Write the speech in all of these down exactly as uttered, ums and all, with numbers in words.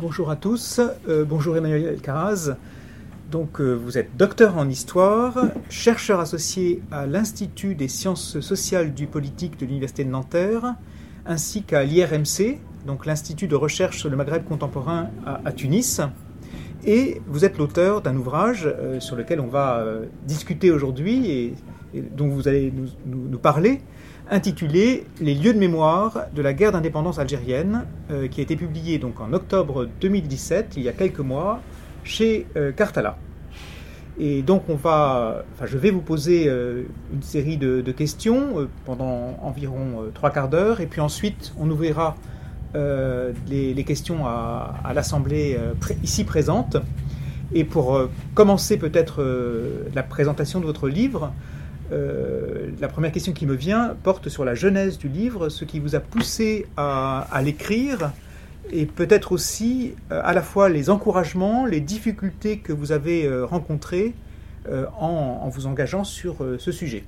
bonjour à tous, euh, bonjour Emmanuel Elkaraz. Donc, euh, vous êtes docteur en histoire, chercheur associé à l'Institut des sciences sociales du politique de l'Université de Nanterre, ainsi qu'à l'I R M C, donc l'Institut de recherche sur le Maghreb contemporain à, à Tunis. Et vous êtes l'auteur d'un ouvrage euh, sur lequel on va euh, discuter aujourd'hui et, et dont vous allez nous, nous, nous parler, intitulé « Les lieux de mémoire de la guerre d'indépendance algérienne euh, », qui a été publié donc en octobre deux mille dix-sept, il y a quelques mois, chez euh, Cartala. Et donc on va, enfin, je vais vous poser euh, une série de, de questions euh, pendant environ euh, trois quarts d'heure, et puis ensuite on ouvrira euh, les, les questions à, à l'Assemblée euh, pré- ici présente. Et pour euh, commencer peut-être euh, la présentation de votre livre, Euh, la première question qui me vient porte sur la genèse du livre, ce qui vous a poussé à, à l'écrire, et peut-être aussi euh, à la fois les encouragements, les difficultés que vous avez euh, rencontrées euh, en, en vous engageant sur euh, ce sujet.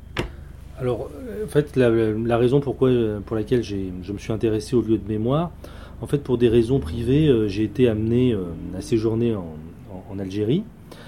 Alors, en fait, la, la raison pourquoi, pour laquelle j'ai, je me suis intéressé aux lieux de mémoire, en fait, pour des raisons privées, euh, j'ai été amené euh, à séjourner en, en, en Algérie.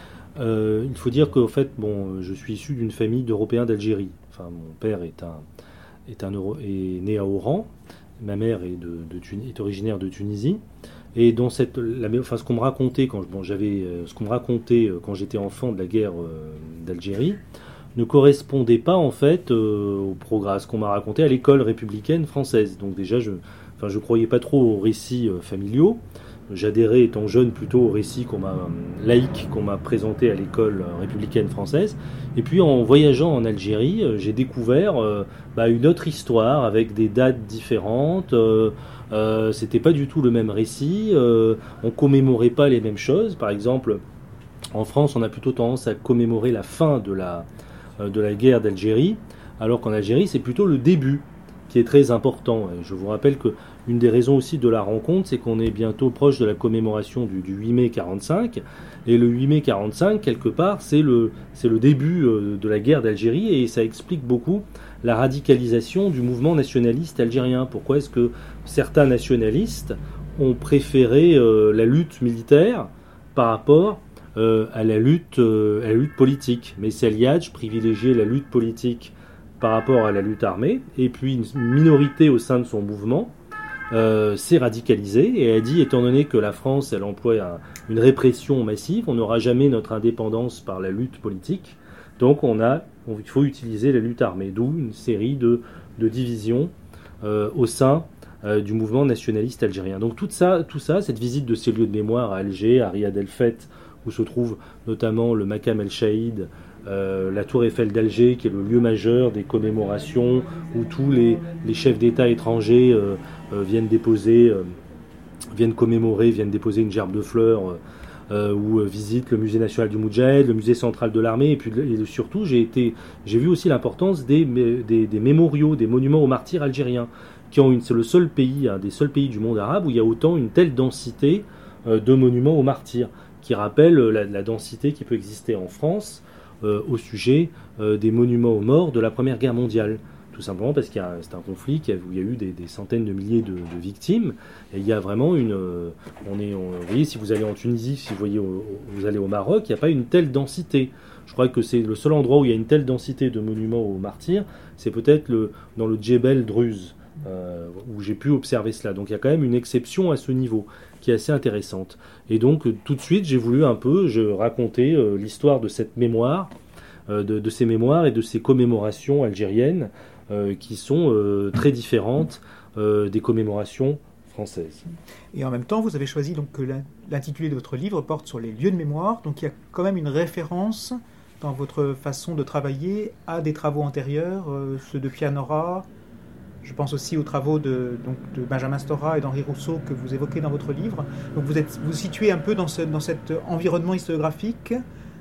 Euh, il faut dire qu'en fait, bon, je suis issu d'une famille d'Européens d'Algérie. Enfin, mon père est, un, est, un Euro, est né à Oran, ma mère est, de, de, est originaire de Tunisie. Et dans cette, la, enfin, ce qu'on me racontait quand, bon, j'avais, ce qu'on me racontait quand j'étais enfant de la guerre euh, d'Algérie ne correspondait pas en fait euh, au programme, ce qu'on m'a raconté à l'école républicaine française. Donc déjà, je, enfin, je croyais pas trop aux récits euh, familiaux. J'adhérais, étant jeune, plutôt aux récits qu'on m'a, laïques qu'on m'a présentés à l'école républicaine française. Et puis, en voyageant en Algérie, j'ai découvert euh, bah, une autre histoire avec des dates différentes. Euh, euh, c'était pas du tout le même récit. Euh, on commémorait pas les mêmes choses. Par exemple, en France, on a plutôt tendance à commémorer la fin de la, euh, de la guerre d'Algérie, alors qu'en Algérie, c'est plutôt le début qui est très important. Et je vous rappelle que une des raisons aussi de la rencontre, c'est qu'on est bientôt proche de la commémoration du, du huit mai quarante-cinq. Et le huit mai quarante-cinq, quelque part, c'est le, c'est le début euh, de la guerre d'Algérie, et ça explique beaucoup la radicalisation du mouvement nationaliste algérien. Pourquoi est-ce que certains nationalistes ont préféré euh, la lutte militaire par rapport euh, à, la lutte, euh, à la lutte politique? Messih Eliadj privilégiait la lutte politique par rapport à la lutte armée, et puis une minorité au sein de son mouvement Euh, s'est radicalisée et a dit, étant donné que la France elle emploie un, une répression massive, on n'aura jamais notre indépendance par la lutte politique, donc on a, on, il faut utiliser la lutte armée, d'où une série de, de divisions euh, au sein euh, du mouvement nationaliste algérien. Donc tout ça, tout ça, cette visite de ces lieux de mémoire à Alger, à Riyad El Feth, où se trouve notamment le Makam El Chaïd, Euh, la Tour Eiffel d'Alger, qui est le lieu majeur des commémorations, où tous les, les chefs d'État étrangers euh, euh, viennent déposer, euh, viennent commémorer, viennent déposer une gerbe de fleurs, euh, ou euh, visitent le musée national du Moudjahid, le musée central de l'armée, et puis et surtout j'ai été, j'ai vu aussi l'importance des, des, des mémoriaux, des monuments aux martyrs algériens, qui ont une, c'est le seul pays, un des seuls pays du monde arabe où il y a autant une telle densité euh, de monuments aux martyrs, qui rappelle la, la densité qui peut exister en France Euh, au sujet euh, des monuments aux morts de la Première Guerre mondiale. Tout simplement parce qu'il y a, c'est un conflit qui a, où il y a eu des, des centaines de milliers de, de victimes, et il y a vraiment une... Euh, on est, on, vous voyez, si vous allez en Tunisie, si vous, voyez au, vous allez au Maroc, il n'y a pas une telle densité. Je crois que c'est le seul endroit où il y a une telle densité de monuments aux martyrs, c'est peut-être le, dans le Djebel Druze, euh, où j'ai pu observer cela. Donc il y a quand même une exception à ce niveau, qui est assez intéressante. Et donc, tout de suite, j'ai voulu un peu je, raconter euh, l'histoire de cette mémoire, euh, de, de ces mémoires et de ces commémorations algériennes, euh, qui sont euh, très différentes euh, des commémorations françaises. Et en même temps, vous avez choisi donc que l'intitulé de votre livre porte sur les lieux de mémoire, donc il y a quand même une référence dans votre façon de travailler à des travaux antérieurs, euh, ceux de Pierre Nora. Je pense aussi aux travaux de, donc, de Benjamin Stora et d'Henri Rousseau que vous évoquez dans votre livre. Donc vous êtes, vous, vous situez un peu dans, ce, dans cet environnement historiographique.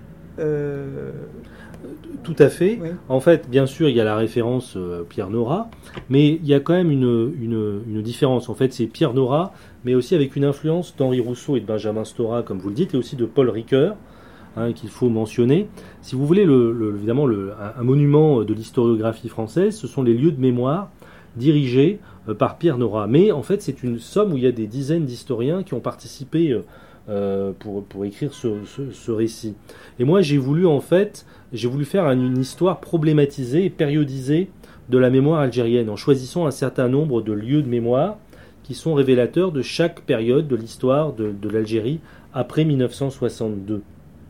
Euh... Tout à fait. Oui. En fait, bien sûr, il y a la référence euh, Pierre Nora, mais il y a quand même une, une, une différence. En fait, c'est Pierre Nora, mais aussi avec une influence d'Henri Rousseau et de Benjamin Stora, comme vous le dites, et aussi de Paul Ricoeur, hein, qu'il faut mentionner. Si vous voulez, le, le, évidemment, le, un, un monument de l'historiographie française, ce sont les lieux de mémoire dirigés euh, par Pierre Nora. Mais en fait, c'est une somme où il y a des dizaines d'historiens qui ont participé euh, euh, pour, pour écrire ce, ce, ce récit. Et moi, j'ai voulu en fait, j'ai voulu faire une, une histoire problématisée et périodisée de la mémoire algérienne, en choisissant un certain nombre de lieux de mémoire qui sont révélateurs de chaque période de l'histoire de, de l'Algérie après mille neuf cent soixante-deux.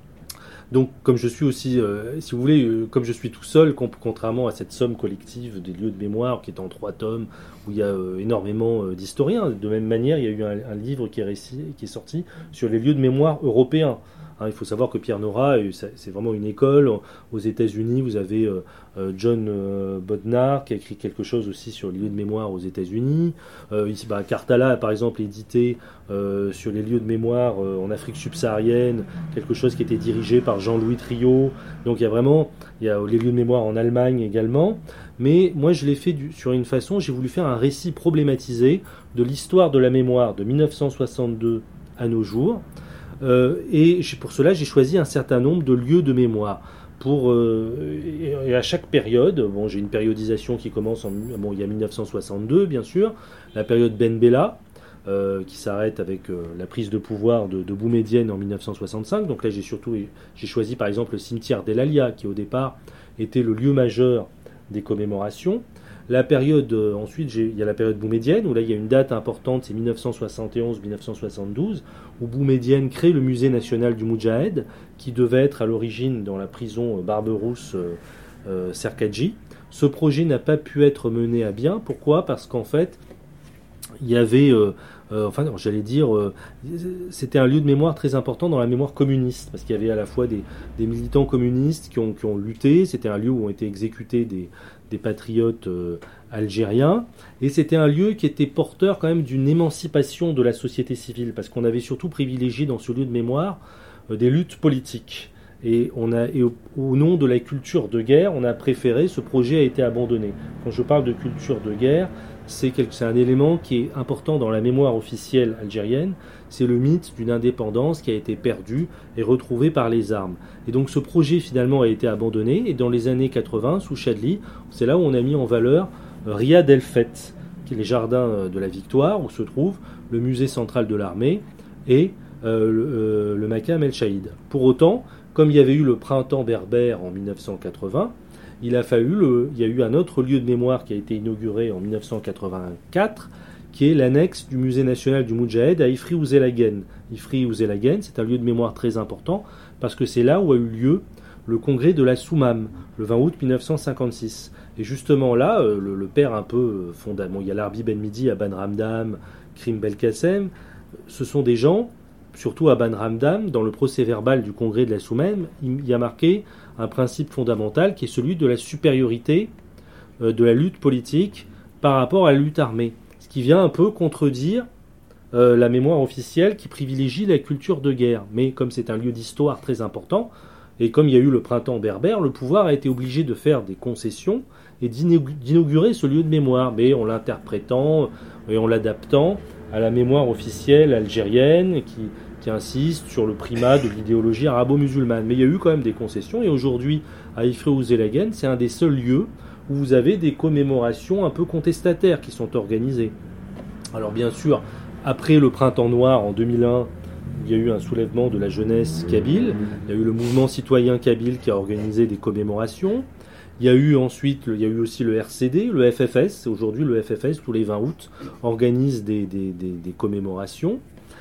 Donc, comme je suis aussi, euh, si vous voulez, euh, comme je suis tout seul, comp- contrairement à cette somme collective des lieux de mémoire qui est en trois tomes, où il y a euh, énormément euh, d'historiens. De même manière, il y a eu un, un livre qui est, réci- qui est sorti sur les lieux de mémoire européens. Hein, il faut savoir que Pierre Nora, c'est vraiment une école. Aux États-Unis, vous avez euh, John euh, Bodnar qui a écrit quelque chose aussi sur les lieux de mémoire aux États-Unis. Euh, ici, bah, Cartala a par exemple édité euh, sur les lieux de mémoire euh, en Afrique subsaharienne quelque chose qui était dirigé par Jean-Louis Triot. Donc il y a vraiment, il y a les lieux de mémoire en Allemagne également. Mais moi je l'ai fait du, sur une façon, j'ai voulu faire un récit problématisé de l'histoire de la mémoire de mille neuf cent soixante-deux à nos jours. Euh, et pour cela, j'ai choisi un certain nombre de lieux de mémoire. Pour, euh, et à chaque période, bon, j'ai une périodisation qui commence en, bon, il y a mille neuf cent soixante-deux, bien sûr, la période Ben Bella, euh, qui s'arrête avec euh, la prise de pouvoir de, de Boumedienne en mille neuf cent soixante-cinq. Donc là, j'ai surtout j'ai choisi par exemple le cimetière d'El Alia, qui au départ était le lieu majeur des commémorations. La période, euh, ensuite, j'ai, il y a la période boumedienne, où là, il y a une date importante, c'est mille neuf cent soixante et onze mille neuf cent soixante-douze, où Boumedienne crée le musée national du Moudjahed, qui devait être à l'origine dans la prison Barberousse euh, euh, Serkadji. Ce projet n'a pas pu être mené à bien. Pourquoi ? Parce qu'en fait, il y avait, euh, euh, enfin, non, j'allais dire, euh, c'était un lieu de mémoire très important dans la mémoire communiste, parce qu'il y avait à la fois des, des militants communistes qui ont, qui ont lutté, c'était un lieu où ont été exécutés des, des patriotes euh, algériens, et c'était un lieu qui était porteur quand même d'une émancipation de la société civile, parce qu'on avait surtout privilégié dans ce lieu de mémoire euh, des luttes politiques. Et, on a, et au, au nom de la culture de guerre, on a préféré, ce projet a été abandonné. Quand je parle de culture de guerre, c'est, quelque, c'est un élément qui est important dans la mémoire officielle algérienne, c'est le mythe d'une indépendance qui a été perdue et retrouvée par les armes. Et donc ce projet finalement a été abandonné, et dans les années quatre-vingts, sous Chadli, c'est là où on a mis en valeur Riyad El Feth, qui est les jardins de la Victoire, où se trouve le musée central de l'armée et euh, le, euh, le Makam El Chaïd. Pour autant, comme il y avait eu le printemps berbère en mille neuf cent quatre-vingts, il a fallu le, il y a eu un autre lieu de mémoire qui a été inauguré en mille neuf cent quatre-vingt-quatre, qui est l'annexe du musée national du Moudjahed à Ifri Ouzelagen. Ifri Ouzelagen, c'est un lieu de mémoire très important parce que c'est là où a eu lieu le congrès de la Soumam, le vingt août mille neuf cent cinquante-six. Et justement là, le, le père un peu fondateur, bon, il y a l'Arbi Ben Midi, Aban Ramdam, Krim Belkacem, ce sont des gens, surtout Aban Ramdam, dans le procès verbal du congrès de la Soumam, il y a marqué un principe fondamental qui est celui de la supériorité euh, de la lutte politique par rapport à la lutte armée. Ce qui vient un peu contredire euh, la mémoire officielle qui privilégie la culture de guerre. Mais comme c'est un lieu d'histoire très important, et comme il y a eu le printemps berbère, le pouvoir a été obligé de faire des concessions et d'inaugurer ce lieu de mémoire, mais en l'interprétant et en l'adaptant à la mémoire officielle algérienne qui, qui insiste sur le primat de l'idéologie arabo-musulmane. Mais il y a eu quand même des concessions, et aujourd'hui, à Ifri Ouzelagen, c'est un des seuls lieux où vous avez des commémorations un peu contestataires qui sont organisées. Alors bien sûr, après le printemps noir en deux mille un, il y a eu un soulèvement de la jeunesse kabyle, il y a eu le mouvement citoyen kabyle qui a organisé des commémorations, il y a eu ensuite, il y a eu aussi le R C D, le F F S, aujourd'hui le F F S, tous les vingt août, organise des, des, des, des commémorations,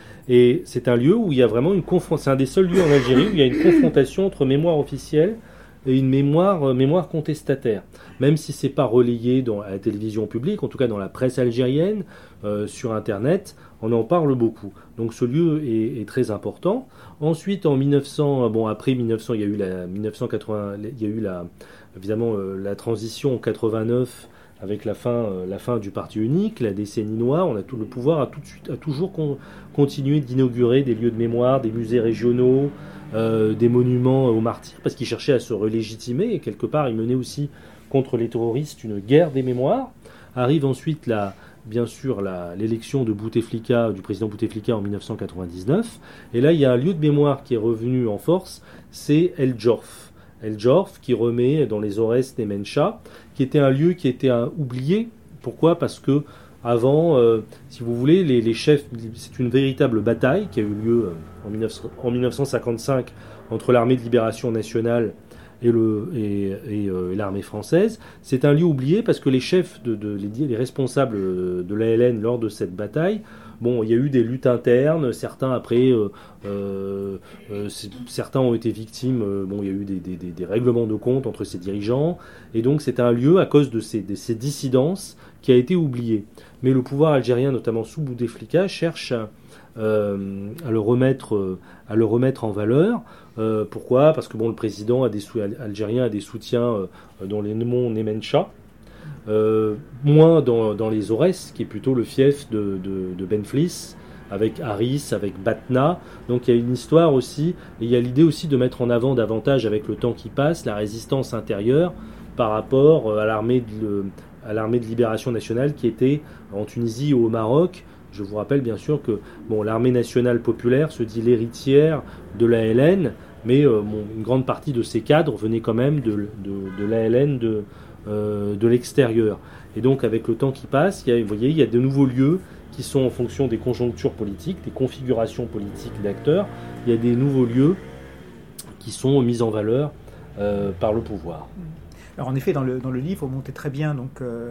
et c'est un lieu où il y a vraiment une confrontation, c'est un des seuls lieux en Algérie où il y a une confrontation entre mémoire officielle et une mémoire, euh, mémoire contestataire, même si c'est pas relayé dans à la télévision publique, en tout cas dans la presse algérienne, euh, sur Internet, on en parle beaucoup. Donc ce lieu est, est très important. Ensuite, en mille neuf cents, bon après mille neuf cents, il y a eu la mille neuf cent quatre-vingts, il y a eu la, évidemment euh, la transition en quatre-vingt-neuf avec la fin, euh, la fin du parti unique, la décennie noire. On a tout le pouvoir a tout de suite, a toujours con, continué d'inaugurer des lieux de mémoire, des musées régionaux. Euh, des monuments aux martyrs, parce qu'ils cherchaient à se relégitimer, et quelque part ils menaient aussi contre les terroristes une guerre des mémoires. Arrive ensuite la, bien sûr la, l'élection de Bouteflika, du président Bouteflika en mille neuf cent quatre-vingt-dix-neuf, et là il y a un lieu de mémoire qui est revenu en force, c'est El Djorf. El Djorf qui remet dans les Aurès Nemencha, qui était un lieu qui était un, oublié. Pourquoi ? Parce que Avant, euh, si vous voulez, les, les chefs, c'est une véritable bataille qui a eu lieu euh, en, dix-neuf cents, en dix-neuf cent cinquante-cinq entre l'armée de libération nationale et, le, et, et, euh, et l'armée française. C'est un lieu oublié parce que les chefs, de, de, les, les responsables de l'A L N lors de cette bataille, bon, il y a eu des luttes internes, certains après, euh, euh, euh, certains ont été victimes, euh, bon, il y a eu des, des, des, des règlements de compte entre ces dirigeants, et donc c'est un lieu, à cause de ces, de ces dissidences, qui a été oublié. Mais le pouvoir algérien, notamment sous Bouteflika, cherche à, euh, à, le, remettre, à le remettre en valeur. Euh, pourquoi ? Parce que bon, le président a des sou- algérien a des soutiens euh, dans les monts Nemencha, Euh, moins dans, dans les Aurès, qui est plutôt le fief de, de, de Benflis, avec Harris, avec Batna. Donc il y a une histoire aussi, et il y a l'idée aussi de mettre en avant davantage, avec le temps qui passe, la résistance intérieure par rapport à l'armée de, à l'armée de libération nationale qui était en Tunisie ou au Maroc. Je vous rappelle bien sûr que bon, l'armée nationale populaire se dit l'héritière de l'A L N, mais euh, bon, une grande partie de ses cadres venaient quand même de, de, de l'A L N de Euh, de l'extérieur. Et donc avec le temps qui passe, il y a, vous voyez, il y a de nouveaux lieux qui sont en fonction des conjonctures politiques, des configurations politiques d'acteurs. Il y a des nouveaux lieux qui sont mis en valeur euh, par le pouvoir. Alors en effet, dans le, dans le livre, vous montrez très bien donc, euh,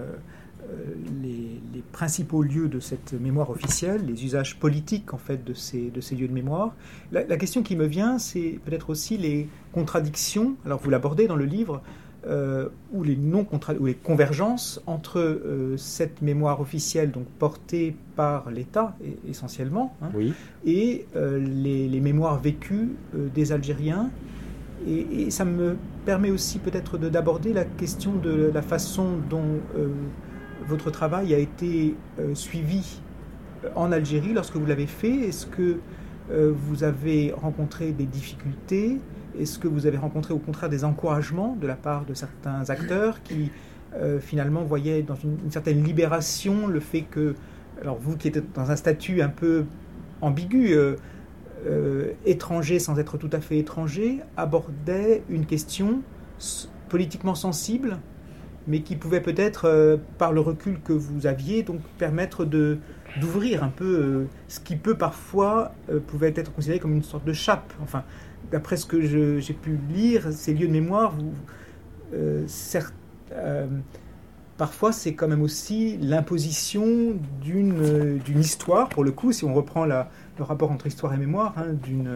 les, les principaux lieux de cette mémoire officielle, les usages politiques en fait de ces, de ces lieux de mémoire. La, la question qui me vient, c'est peut-être aussi les contradictions. Alors vous l'abordez dans le livre, Euh, ou, les non ou les convergences entre euh, cette mémoire officielle donc portée par l'État et, essentiellement hein, oui. et euh, les, les mémoires vécues euh, des Algériens. Et, et ça me permet aussi peut-être de, d'aborder la question de la façon dont euh, votre travail a été euh, suivi en Algérie lorsque vous l'avez fait. Est-ce que euh, vous avez rencontré des difficultés ? Est-ce que vous avez rencontré au contraire des encouragements de la part de certains acteurs qui euh, finalement voyaient dans une, une certaine libération le fait que, alors vous qui êtes dans un statut un peu ambigu, euh, euh, étranger sans être tout à fait étranger, abordait une question s- politiquement sensible, mais qui pouvait peut-être, euh, par le recul que vous aviez, donc permettre de, d'ouvrir un peu euh, ce qui peut parfois euh, pouvait être considéré comme une sorte de chape. Enfin, d'après ce que je, j'ai pu lire, ces lieux de mémoire, vous, euh, certes, euh, parfois c'est quand même aussi l'imposition d'une, euh, d'une histoire, pour le coup, si on reprend la, le rapport entre histoire et mémoire, hein, d'une,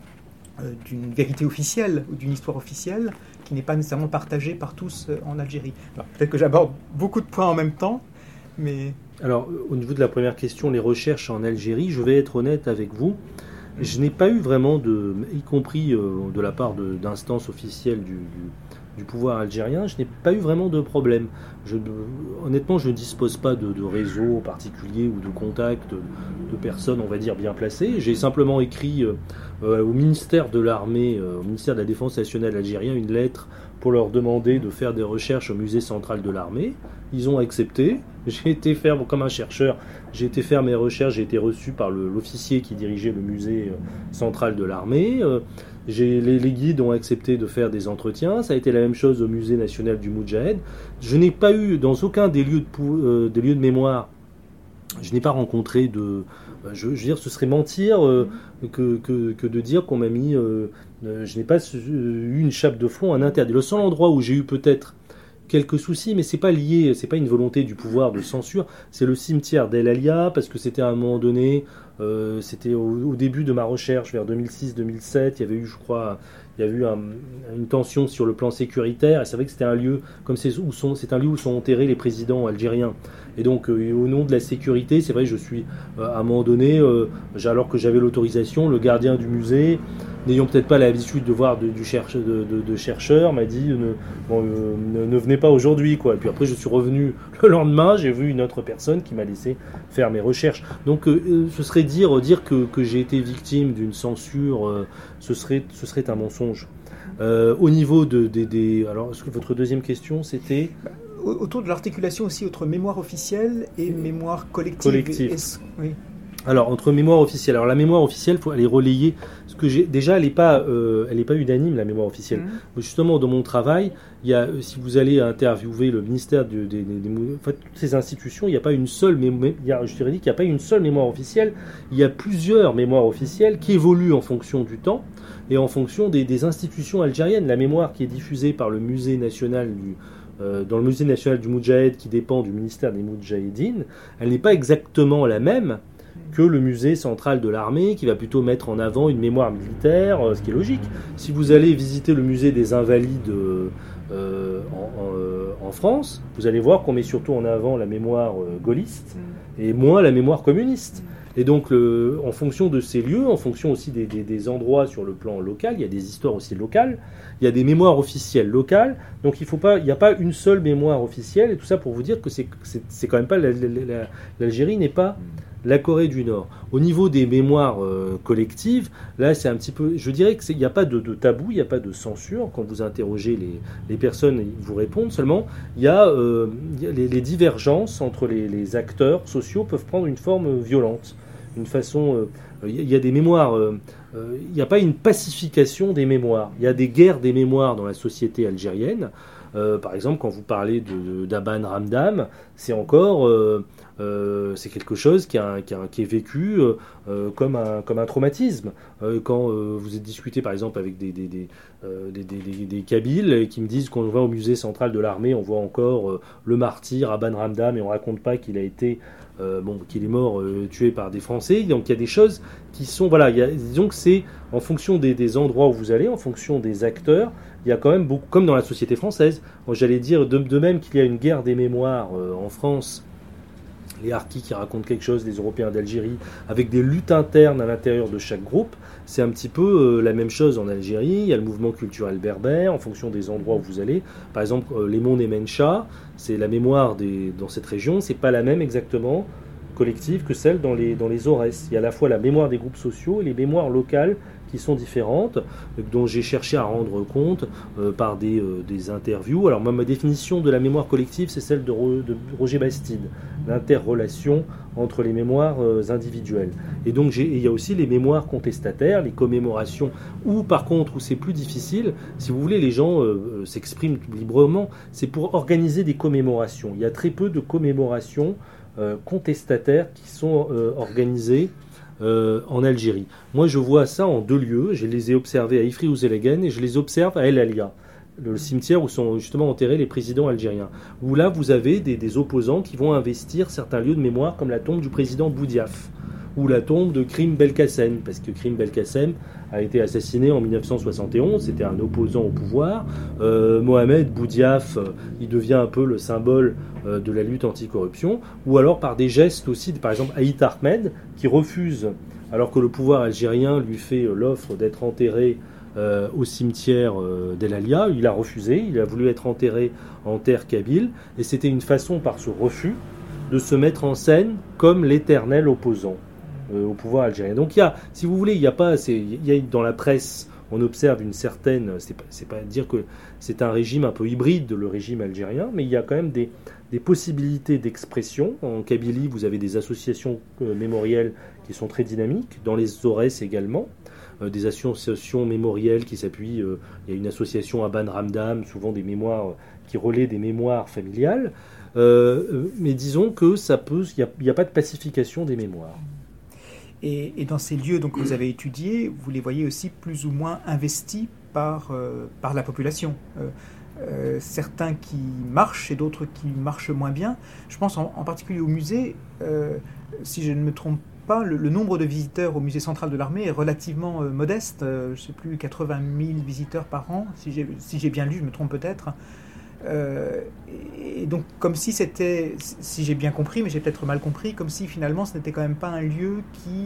euh, d'une vérité officielle ou d'une histoire officielle qui n'est pas nécessairement partagée par tous euh, en Algérie. Alors, peut-être que j'aborde beaucoup de points en même temps, mais... Alors, au niveau de la première question, les recherches en Algérie, je vais être honnête avec vous. Je n'ai pas eu vraiment de, y compris euh, de la part de, d'instances officielles du, du, du pouvoir algérien, je n'ai pas eu vraiment de problème. Je, honnêtement, je ne dispose pas de, de réseau particulier ou de contacts de, de personnes, on va dire, bien placées. J'ai simplement écrit euh, euh, au ministère de l'Armée, euh, au ministère de la Défense nationale algérien, une lettre pour leur demander de faire des recherches au musée central de l'armée. Ils ont accepté. J'ai été faire, bon, comme un chercheur, j'ai été faire mes recherches, j'ai été reçu par le, l'officier qui dirigeait le musée euh, central de l'armée. Euh, j'ai, les, les guides ont accepté de faire des entretiens. Ça a été la même chose au musée national du Moudjahed. Je n'ai pas eu, dans aucun des lieux de, euh, des lieux de mémoire, je n'ai pas rencontré de... Je, je veux dire, ce serait mentir euh, que, que, que de dire qu'on m'a mis... Euh, euh, je n'ai pas eu une chape de plomb, un interdit. Le seul endroit où j'ai eu peut-être quelques soucis, mais c'est pas lié, c'est pas une volonté du pouvoir de censure, c'est le cimetière d'El Alia, parce que c'était à un moment donné, euh, c'était au, au début de ma recherche, vers deux mille six deux mille sept, il y avait eu, je crois, il y a eu un, une tension sur le plan sécuritaire, et c'est vrai que c'était un lieu, comme c'est, où sont, c'est un lieu où sont enterrés les présidents algériens. Et donc, euh, au nom de la sécurité, c'est vrai, je suis, euh, à un moment donné, euh, alors que j'avais l'autorisation, le gardien du musée, n'ayant peut-être pas l'habitude de voir de, du cherche, de, de, de chercheurs, m'a dit ne, bon, euh, ne, ne venez pas aujourd'hui, quoi. Et puis après, je suis revenu le lendemain, j'ai vu une autre personne qui m'a laissé faire mes recherches. Donc, euh, ce serait dire, dire que, que j'ai été victime d'une censure, euh, ce, serait, ce serait un mensonge. Euh, au niveau de, de, des... Alors, est-ce que votre deuxième question, c'était... Autour de l'articulation aussi entre mémoire officielle et mémoire collective. Collective. Est-ce... Oui. Alors, entre mémoire officielle, alors la mémoire officielle, faut aller relayer. Ce que j'ai déjà, elle n'est pas, euh, elle est pas unanime, la mémoire officielle. Mmh. Justement, dans mon travail, il y a, si vous allez interviewer le ministère de, des, des, des, en fait, toutes ces institutions, il n'y a pas une seule mémoire. Je dirais dit qu'il n'y a pas une seule mémoire officielle. Il y a plusieurs mémoires officielles qui évoluent en fonction du temps et en fonction des, des institutions algériennes. La mémoire qui est diffusée par le musée national du euh, dans le musée national du Moudjahed, qui dépend du ministère des Moudjahedines, elle n'est pas exactement la même que le musée central de l'armée, qui va plutôt mettre en avant une mémoire militaire, euh, ce qui est logique. Si vous allez visiter le musée des Invalides euh, en, en, euh, en France, vous allez voir qu'on met surtout en avant la mémoire euh, gaulliste et moins la mémoire communiste. Et donc, le, en fonction de ces lieux, en fonction aussi des, des, des endroits sur le plan local, il y a des histoires aussi locales, il y a des mémoires officielles locales, donc il faut pas, il n'y a pas une seule mémoire officielle, et tout ça pour vous dire que c'est, c'est, c'est quand même pas, la, la, la, l'Algérie n'est pas la Corée du Nord. Au niveau des mémoires euh, collectives, là c'est un petit peu, je dirais qu'il n'y a pas de, de tabou, il n'y a pas de censure. Quand vous interrogez les, les personnes, ils vous répondent. Seulement, il y a, euh, il y a les, les divergences entre les, les acteurs sociaux peuvent prendre une forme violente, une façon. Euh, il y a des mémoires. Euh, euh, il n'y a pas une pacification des mémoires. Il y a des guerres des mémoires dans la société algérienne. Euh, par exemple, quand vous parlez de, de, d'Aban Ramdam, c'est encore euh, euh, c'est quelque chose qui, a, qui, a, qui est vécu euh, comme, un, comme un traumatisme. Euh, quand euh, vous êtes discuté par exemple avec des, des, des, euh, des, des, des, des Kabyles qui me disent qu'on va au musée central de l'armée, on voit encore euh, le martyr Aban Ramdam et on ne raconte pas qu'il a été euh, bon, qu'il est mort euh, tué par des Français. Donc il y a des choses qui sont, voilà, il y a, disons que c'est en fonction des, des endroits où vous allez, en fonction des acteurs. Il y a quand même beaucoup, comme dans la société française, moi, j'allais dire de, de même qu'il y a une guerre des mémoires euh, en France, les harkis qui racontent quelque chose, les Européens d'Algérie, avec des luttes internes à l'intérieur de chaque groupe, c'est un petit peu euh, la même chose en Algérie. Il y a le mouvement culturel berbère, en fonction des endroits où vous allez. Par exemple, euh, les monts Nemencha, c'est la mémoire des, dans cette région, c'est pas la même exactement collective que celle dans les, dans les Aurès. Il y a à la fois la mémoire des groupes sociaux et les mémoires locales qui sont différentes, dont j'ai cherché à rendre compte euh, par des, euh, des interviews. Alors moi, ma définition de la mémoire collective, c'est celle de, Ro- de Roger Bastide, l'interrelation entre les mémoires euh, individuelles. Et donc j'ai, et il y a aussi les mémoires contestataires, les commémorations, où par contre, où c'est plus difficile, si vous voulez, les gens euh, s'expriment librement, c'est pour organiser des commémorations. Il y a très peu de commémorations euh, contestataires qui sont euh, organisées Euh, en Algérie. Moi, je vois ça en deux lieux. Je les ai observés à Ifri-Ouzélaghen et je les observe à El Alia, le cimetière où sont justement enterrés les présidents algériens. Où là, vous avez des, des opposants qui vont investir certains lieux de mémoire, comme la tombe du président Boudiaf ou la tombe de Krim Belkacem, parce que Krim Belkacem a été assassiné en dix-neuf cent soixante et onze, c'était un opposant au pouvoir. Euh, Mohamed Boudiaf, euh, il devient un peu le symbole euh, de la lutte anticorruption, ou alors par des gestes aussi, par exemple Aït Ahmed, qui refuse, alors que le pouvoir algérien lui fait euh, l'offre d'être enterré euh, au cimetière euh, d'El Alia, il a refusé, il a voulu être enterré en terre kabyle, et c'était une façon, par ce refus, de se mettre en scène comme l'éternel opposant au pouvoir algérien. Donc il y a, si vous voulez, il y a pas, c'est, il y a dans la presse, on observe une certaine, c'est pas, c'est pas dire que c'est un régime un peu hybride de le régime algérien, mais il y a quand même des, des possibilités d'expression. En Kabylie, vous avez des associations euh, mémorielles qui sont très dynamiques, dans les Aurès également, euh, des associations mémorielles qui s'appuient, euh, il y a une association Aban Ramdam, souvent des mémoires, euh, qui relaient des mémoires familiales, euh, mais disons que ça peut, il n'y a, a pas de pacification des mémoires. Et, et dans ces lieux donc, que vous avez étudiés, vous les voyez aussi plus ou moins investis par, euh, par la population. Euh, euh, certains qui marchent et d'autres qui marchent moins bien. Je pense en, en particulier au musée, euh, si je ne me trompe pas, le, le nombre de visiteurs au musée central de l'armée est relativement euh, modeste. Euh, je ne sais plus, quatre-vingt mille visiteurs par an, si j'ai, si j'ai bien lu, je me trompe peut-être. Euh, et donc comme si c'était, si j'ai bien compris, mais j'ai peut-être mal compris, comme si finalement ce n'était quand même pas un lieu qui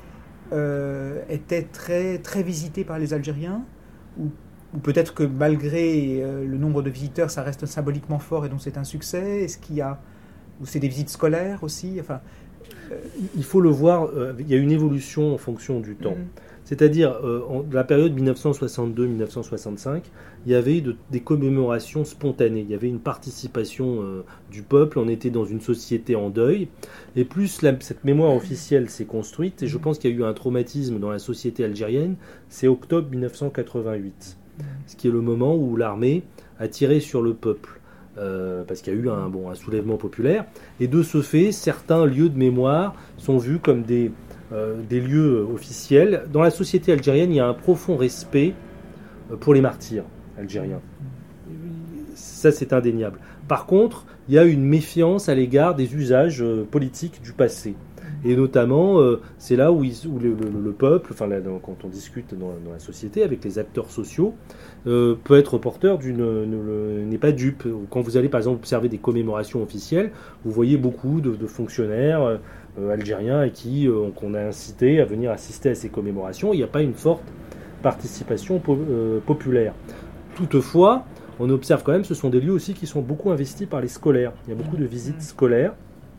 euh, était très, très visité par les Algériens, ou, ou peut-être que malgré euh, le nombre de visiteurs, ça reste symboliquement fort et donc c'est un succès. Est-ce qu'il y a, ou c'est des visites scolaires aussi, enfin, il faut le voir, euh, il y a une évolution en fonction du temps. Mmh. C'est-à-dire, euh, en la période dix-neuf cent soixante-deux à dix-neuf cent soixante-cinq, il y avait de, des commémorations spontanées. Il y avait une participation euh, du peuple. On était dans une société en deuil. Et plus la, cette mémoire officielle s'est construite, et je pense qu'il y a eu un traumatisme dans la société algérienne, c'est octobre dix-neuf cent quatre-vingt-huit. Ce qui est le moment où l'armée a tiré sur le peuple. Euh, parce qu'il y a eu un, bon, un soulèvement populaire. Et de ce fait, certains lieux de mémoire sont vus comme des... Euh, des lieux officiels. Dans la société algérienne, il y a un profond respect euh, pour les martyrs algériens. Ça, c'est indéniable. Par contre, il y a une méfiance à l'égard des usages euh, politiques du passé. Et notamment, euh, c'est là où, ils, où le, le, le peuple, enfin, là, dans, quand on discute dans, dans la société avec les acteurs sociaux, euh, peut être porteur d'une... Ne, n'est pas dupe. Quand vous allez, par exemple, observer des commémorations officielles, vous voyez beaucoup de, de fonctionnaires euh, euh, algériens et qui, euh, qu'on a incité à venir assister à ces commémorations. Il n'y a pas une forte participation po- euh, populaire. Toutefois, on observe quand même, ce sont des lieux aussi qui sont beaucoup investis par les scolaires. Il y a beaucoup de visites scolaires.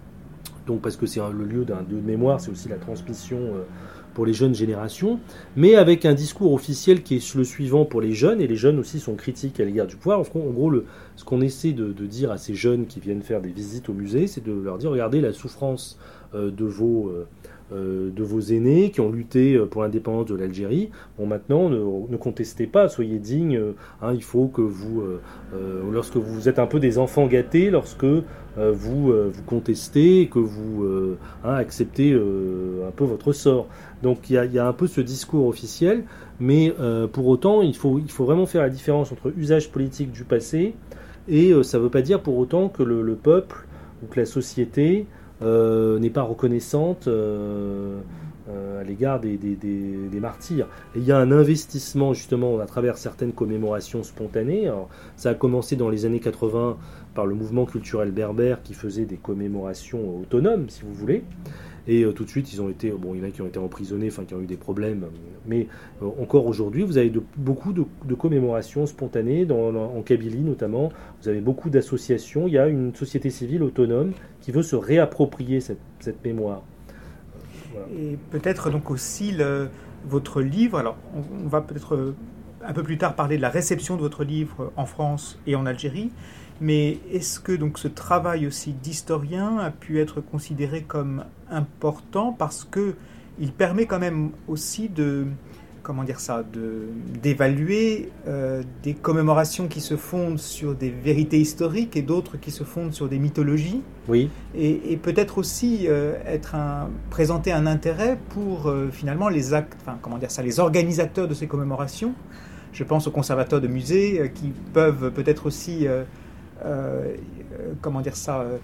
Donc parce que c'est un, le lieu d'un lieu de mémoire, c'est aussi la transmission euh, pour les jeunes générations, mais avec un discours officiel qui est le suivant pour les jeunes, et les jeunes aussi sont critiques à l'égard du pouvoir. En, en gros, le, ce qu'on essaie de, de dire à ces jeunes qui viennent faire des visites au musée, c'est de leur dire, regardez la souffrance euh, de vos... Euh, Euh, de vos aînés qui ont lutté pour l'indépendance de l'Algérie. Bon, maintenant, ne, ne contestez pas, soyez dignes. Hein, il faut que vous, euh, euh, lorsque vous êtes un peu des enfants gâtés, lorsque euh, vous, euh, vous contestez, que vous euh, hein, acceptez euh, un peu votre sort. Donc, il y a, y a un peu ce discours officiel, mais euh, pour autant, il faut, il faut vraiment faire la différence entre usage politique du passé et euh, ça ne veut pas dire pour autant que le, le peuple ou que la société Euh, n'est pas reconnaissante euh, euh, à l'égard des, des, des, des martyrs. Et il y a un investissement justement à travers certaines commémorations spontanées. Alors, ça a commencé dans les années quatre-vingts par le mouvement culturel berbère qui faisait des commémorations autonomes, si vous voulez. Et euh, tout de suite, ils ont été, bon, il y en a qui ont été emprisonnés, enfin qui ont eu des problèmes. Mais euh, encore aujourd'hui, vous avez de, beaucoup de, de commémorations spontanées, dans, en Kabylie notamment. Vous avez beaucoup d'associations. Il y a une société civile autonome qui veut se réapproprier cette, cette mémoire. Voilà. Et peut-être donc aussi le, votre livre. Alors, on, on va peut-être un peu plus tard parler de la réception de votre livre en France et en Algérie. Mais est-ce que donc ce travail aussi d'historien a pu être considéré comme important parce que il permet quand même aussi de comment dire ça de d'évaluer euh, des commémorations qui se fondent sur des vérités historiques et d'autres qui se fondent sur des mythologies. Oui. Et, et peut-être aussi euh, être un présenter un intérêt pour euh, finalement les actes, enfin comment dire ça, les organisateurs de ces commémorations. Je pense aux conservateurs de musées euh, qui peuvent peut-être aussi euh, Euh, euh, comment dire ça euh,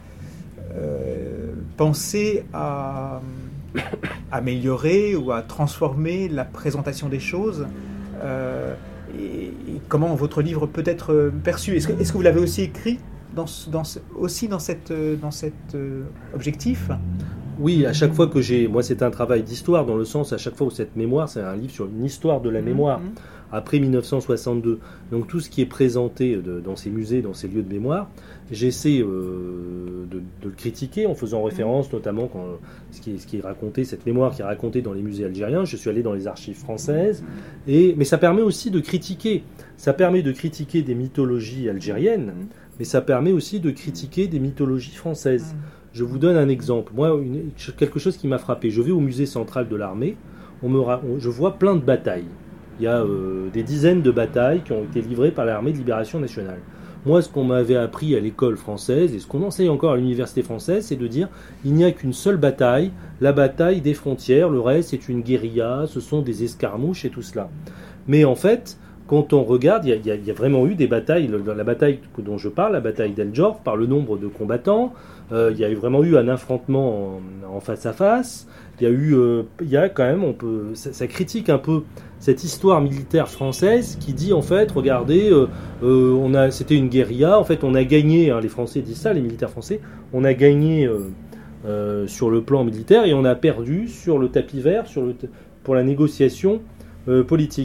euh, penser à euh, améliorer ou à transformer la présentation des choses euh, et, et comment votre livre peut être perçu. Est-ce que, est-ce que vous l'avez aussi écrit dans, dans, aussi dans cet dans cet euh, objectif? Oui, à chaque fois que j'ai... Moi, c'est un travail d'histoire, dans le sens, à chaque fois où cette mémoire, c'est un livre sur une histoire de la mmh, mémoire, mmh. après dix-neuf cent soixante-deux. Donc, tout ce qui est présenté de, dans ces musées, dans ces lieux de mémoire, j'essaie euh, de, de le critiquer en faisant référence, mmh. notamment, quand, ce, qui est, ce qui est raconté, cette mémoire qui est racontée dans les musées algériens. Je suis allé dans les archives françaises, et, mais ça permet aussi de critiquer. Ça permet de critiquer des mythologies algériennes, mmh. mais ça permet aussi de critiquer des mythologies françaises. Mmh. Je vous donne un exemple. Moi, une, quelque chose qui m'a frappé. Je vais au musée central de l'armée. On me, on, je vois plein de batailles. Il y a euh, des dizaines de batailles qui ont été livrées par l'armée de libération nationale. Moi, ce qu'on m'avait appris à l'école française et ce qu'on enseigne encore à l'université française, c'est de dire il n'y a qu'une seule bataille, la bataille des frontières. Le reste, c'est une guérilla, ce sont des escarmouches et tout cela. Mais en fait, quand on regarde, il y, y, y a vraiment eu des batailles. La bataille dont je parle, la bataille d'El Djorf, par le nombre de combattants, euh, il y a vraiment eu un affrontement en, en face à face. Il y a eu, euh, il y a quand même, on peut, ça, ça critique un peu cette histoire militaire française qui dit en fait, regardez, euh, euh, on a, c'était une guérilla. En fait, on a gagné. Hein, les Français disent ça, les militaires français, on a gagné euh, euh, sur le plan militaire et on a perdu sur le tapis vert, sur le, pour la négociation euh, politique.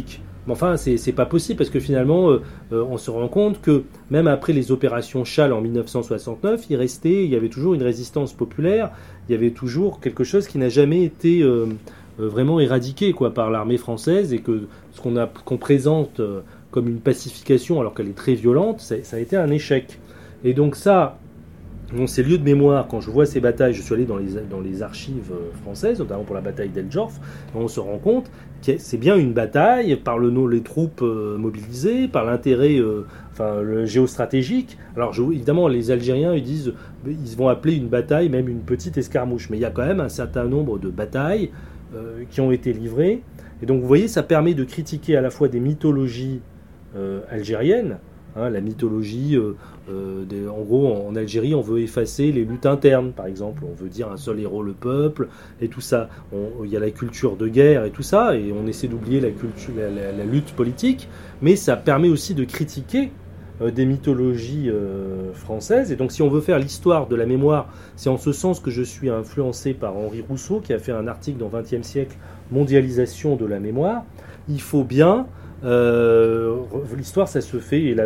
Mais enfin, c'est, c'est pas possible parce que finalement, euh, euh, on se rend compte que même après les opérations Châle en dix-neuf cent soixante-neuf, il restait, il y avait toujours une résistance populaire, il y avait toujours quelque chose qui n'a jamais été euh, euh, vraiment éradiqué quoi, par l'armée française et que ce qu'on, a, qu'on présente euh, comme une pacification alors qu'elle est très violente, ça, ça a été un échec. Et donc ça... Bon, ces lieux de mémoire, quand je vois ces batailles, je suis allé dans les, dans les archives françaises, notamment pour la bataille d'El-Jorf, on se rend compte que c'est bien une bataille par le, les troupes euh, mobilisées, par l'intérêt euh, enfin, le géostratégique. Alors je, évidemment, les Algériens ils disent, ils vont appeler une bataille même une petite escarmouche, mais il y a quand même un certain nombre de batailles euh, qui ont été livrées. Et donc vous voyez, ça permet de critiquer à la fois des mythologies euh, algériennes. Hein, la mythologie, euh, euh, des, en gros, en, en Algérie, on veut effacer les luttes internes, par exemple. On veut dire un seul héros, le peuple, et tout ça. Il y a la culture de guerre et tout ça, et on essaie d'oublier la, culture, la, la, la lutte politique, mais ça permet aussi de critiquer euh, des mythologies euh, françaises. Et donc, si on veut faire l'histoire de la mémoire, c'est en ce sens que je suis influencé par Henri Rousseau, qui a fait un article dans vingtième siècle, Mondialisation de la mémoire. Il faut bien... Euh, l'histoire ça se fait et la,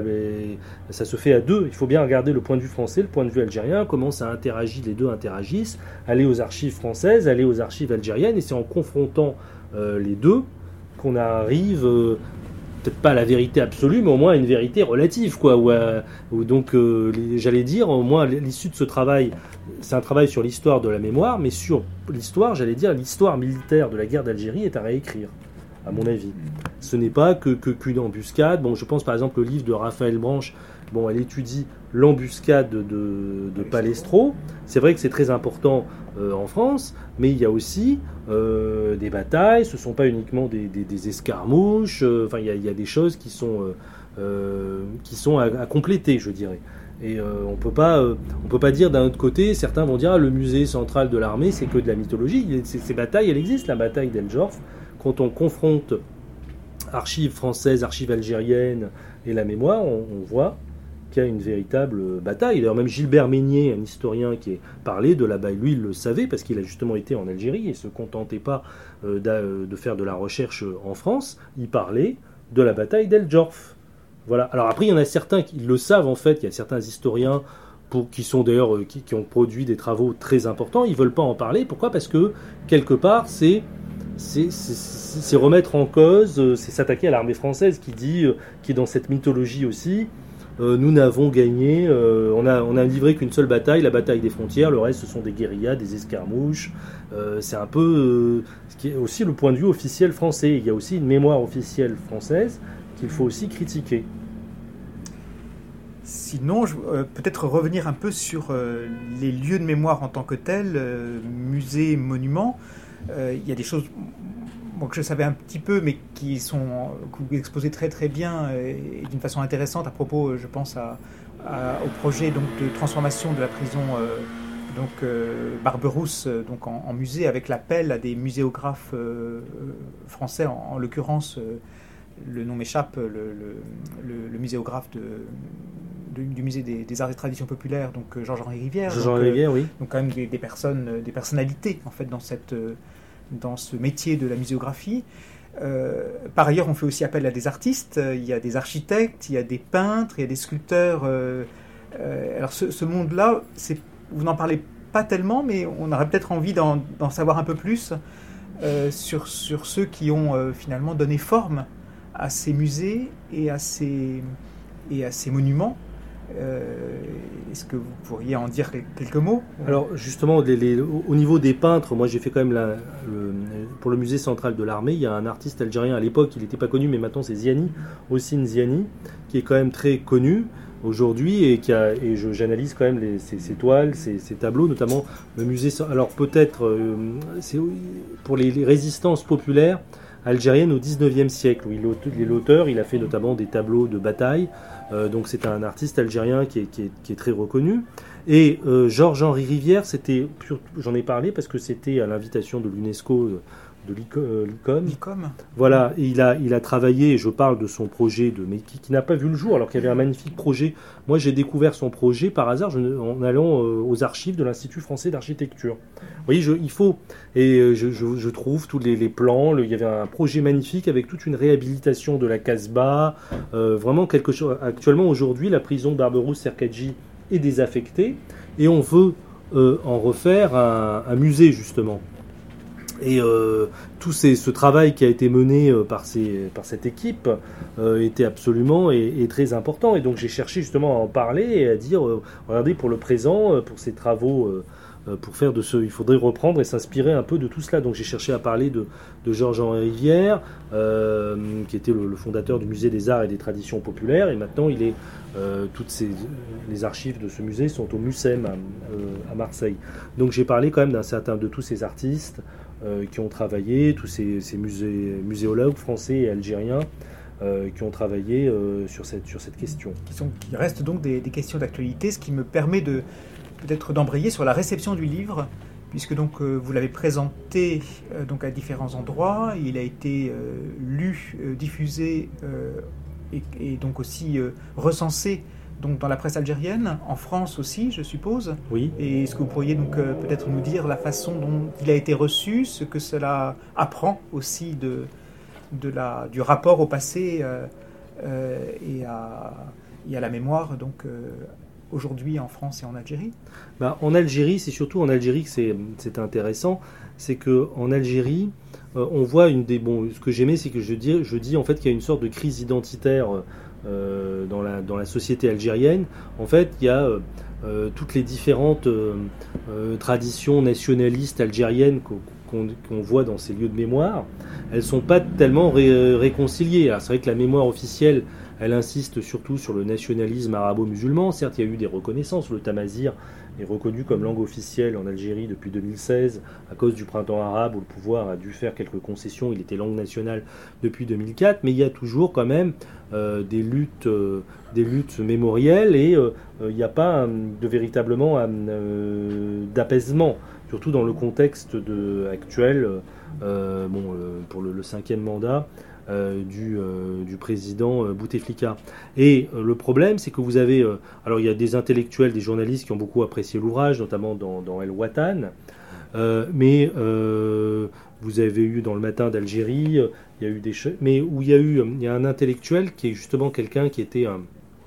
ça se fait à deux. Il faut bien regarder le point de vue français, le point de vue algérien, comment ça interagit, les deux interagissent, aller aux archives françaises, aller aux archives algériennes, et c'est en confrontant euh, les deux qu'on arrive euh, peut-être pas à la vérité absolue, mais au moins à une vérité relative quoi, ou à, ou donc euh, les, j'allais dire au moins l'issue de ce travail, c'est un travail sur l'histoire de la mémoire, mais sur l'histoire, j'allais dire l'histoire militaire de la guerre d'Algérie est à réécrire, à mon avis. Ce n'est pas que, que, qu'une embuscade. Bon, je pense par exemple au livre de Raphaël Branche, bon, elle étudie l'embuscade de, de Palestro. C'est vrai que c'est très important euh, en France, mais il y a aussi euh, des batailles, ce ne sont pas uniquement des, des, des escarmouches, euh, enfin il y, a, il y a des choses qui sont, euh, euh, qui sont à, à compléter, je dirais. Et euh, on peut pas, euh, on peut pas dire d'un autre côté, certains vont dire ah, le musée central de l'armée c'est que de la mythologie. Ces, ces batailles, elles existent, la bataille d'El-Jorf. Quand on confronte archives françaises, archives algériennes et la mémoire, on, on voit qu'il y a une véritable bataille. D'ailleurs, même Gilbert Meignet, un historien qui est parlé de la bataille, lui, il le savait parce qu'il a justement été en Algérie et ne se contentait pas euh, de faire de la recherche en France. Il parlait de la bataille d'El-Jorf. Voilà. Alors après, il y en a certains qui le savent en fait. Il y a certains historiens pour, qui sont d'ailleurs qui, qui ont produit des travaux très importants. Ils ne veulent pas en parler. Pourquoi ? Parce que quelque part, c'est C'est, c'est, c'est remettre en cause, c'est s'attaquer à l'armée française qui dit, qui est dans cette mythologie aussi, euh, nous n'avons gagné, euh, on a, on a livré qu'une seule bataille, la bataille des frontières, le reste ce sont des guérillas, des escarmouches, euh, c'est un peu euh, ce qui est aussi le point de vue officiel français. Il y a aussi une mémoire officielle française qu'il faut aussi critiquer. Sinon, je, euh, peut-être revenir un peu sur euh, les lieux de mémoire en tant que tels, euh, musées, monuments. Euh, il y a des choses bon, que je savais un petit peu, mais qui sont que vous exposez très très bien et, et d'une façon intéressante à propos, je pense, à, à, au projet donc, de transformation de la prison euh, donc, euh, Barberousse donc, en, en musée, avec l'appel à des muséographes euh, français, en, en l'occurrence, euh, le nom m'échappe, le, le, le, le muséographe de... du musée des, des arts et traditions populaires, donc Georges-Henri Rivière. Georges-Henri Rivière, oui. Donc quand même des, des personnes, des personnalités en fait dans cette, dans ce métier de la muséographie. Euh, par ailleurs, on fait aussi appel à des artistes. Il y a des architectes, il y a des peintres, il y a des sculpteurs. Euh, euh, alors ce, ce monde-là, c'est, vous n'en parlez pas tellement, mais on aurait peut-être envie d'en, d'en savoir un peu plus euh, sur, sur ceux qui ont euh, finalement donné forme à ces musées et à ces, et à ces monuments. Euh, est-ce que vous pourriez en dire quelques mots ? Alors justement, les, les, au niveau des peintres, moi j'ai fait quand même la, le, pour le musée central de l'armée, il y a un artiste algérien à l'époque, il n'était pas connu, mais maintenant c'est Ziani, Hossein Ziani, qui est quand même très connu aujourd'hui et qui a, et je, j'analyse quand même les, ses, ses toiles, ses, ses tableaux, notamment le musée. Alors peut-être euh, c'est pour les, les résistances populaires algérienne au dix-neuvième siècle, où il est l'auteur, il a fait notamment des tableaux de bataille, euh, donc c'est un artiste algérien qui est, qui est, qui est très reconnu. Et euh, Georges-Henri Rivière, c'était, j'en ai parlé parce que c'était à l'invitation de l'UNESCO de l'I C O M. l'I C O M. Voilà, et il a, il a travaillé, je parle de son projet, de, mais qui, qui n'a pas vu le jour, alors qu'il y avait un magnifique projet. Moi, j'ai découvert son projet par hasard je, en allant euh, aux archives de l'Institut français d'architecture. Vous voyez, je, il faut, et je, je, je trouve tous les, les plans, le, il y avait un projet magnifique avec toute une réhabilitation de la Casbah, euh, vraiment quelque chose. Actuellement, aujourd'hui, la prison de Barberousse-Sercadji est désaffectée, et on veut euh, en refaire un, un musée, justement. Et euh, tout ces, ce travail qui a été mené euh, par, ces, par cette équipe euh, était absolument et, et très important. Et donc j'ai cherché justement à en parler et à dire, euh, regardez, pour le présent, euh, pour ces travaux, euh, euh, pour faire de ce, il faudrait reprendre et s'inspirer un peu de tout cela. Donc j'ai cherché à parler de, de Georges-Henri Rivière, euh, qui était le, le fondateur du Musée des Arts et des Traditions Populaires. Et maintenant, il est, euh, toutes ces, les archives de ce musée sont au MUSEM à, euh, à Marseille. Donc j'ai parlé quand même d'un certain de tous ces artistes, Euh, qui ont travaillé, tous ces, ces musée, muséologues français et algériens euh, qui ont travaillé euh, sur, cette, sur cette question. Qui, sont, qui restent donc des, des questions d'actualité, ce qui me permet de, peut-être d'embrayer sur la réception du livre, puisque donc, euh, vous l'avez présenté euh, donc à différents endroits, il a été euh, lu, euh, diffusé euh, et, et donc aussi euh, recensé donc dans la presse algérienne, en France aussi, je suppose. Oui. Et est-ce que vous pourriez donc euh, peut-être nous dire la façon dont il a été reçu, ce que cela apprend aussi de, de la, du rapport au passé euh, euh, et, à, et à la mémoire, donc euh, aujourd'hui en France et en Algérie? Ben, en Algérie, c'est surtout en Algérie que c'est, c'est intéressant, c'est qu'en Algérie, euh, on voit une des... Bon, ce que j'aimais, c'est que je dis, je dis en fait qu'il y a une sorte de crise identitaire Euh, dans, la, dans la société algérienne. En fait, il y a euh, euh, toutes les différentes euh, euh, traditions nationalistes algériennes qu'on, qu'on, qu'on voit dans ces lieux de mémoire. Elles ne sont pas tellement ré, réconciliées. Alors, c'est vrai que la mémoire officielle, elle insiste surtout sur le nationalisme arabo-musulman. Certes, il y a eu des reconnaissances. Le tamazir est reconnu comme langue officielle en Algérie depuis deux mille seize à cause du printemps arabe où le pouvoir a dû faire quelques concessions. Il était langue nationale depuis deux mille quatre, mais il y a toujours quand même euh, des luttes, euh, des luttes mémorielles et euh, il n'y a pas um, de véritablement um, euh, d'apaisement, surtout dans le contexte de, actuel. Euh, bon, euh, pour le, le cinquième mandat. Euh, du, euh, du président euh, Bouteflika. Et euh, le problème, c'est que vous avez... Euh, alors, il y a des intellectuels, des journalistes qui ont beaucoup apprécié l'ouvrage, notamment dans, dans El Watan, euh, mais euh, vous avez eu dans Le Matin d'Algérie, euh, il y a eu des... Mais où il y a eu... Euh, il y a un intellectuel qui est justement quelqu'un qui était... Un,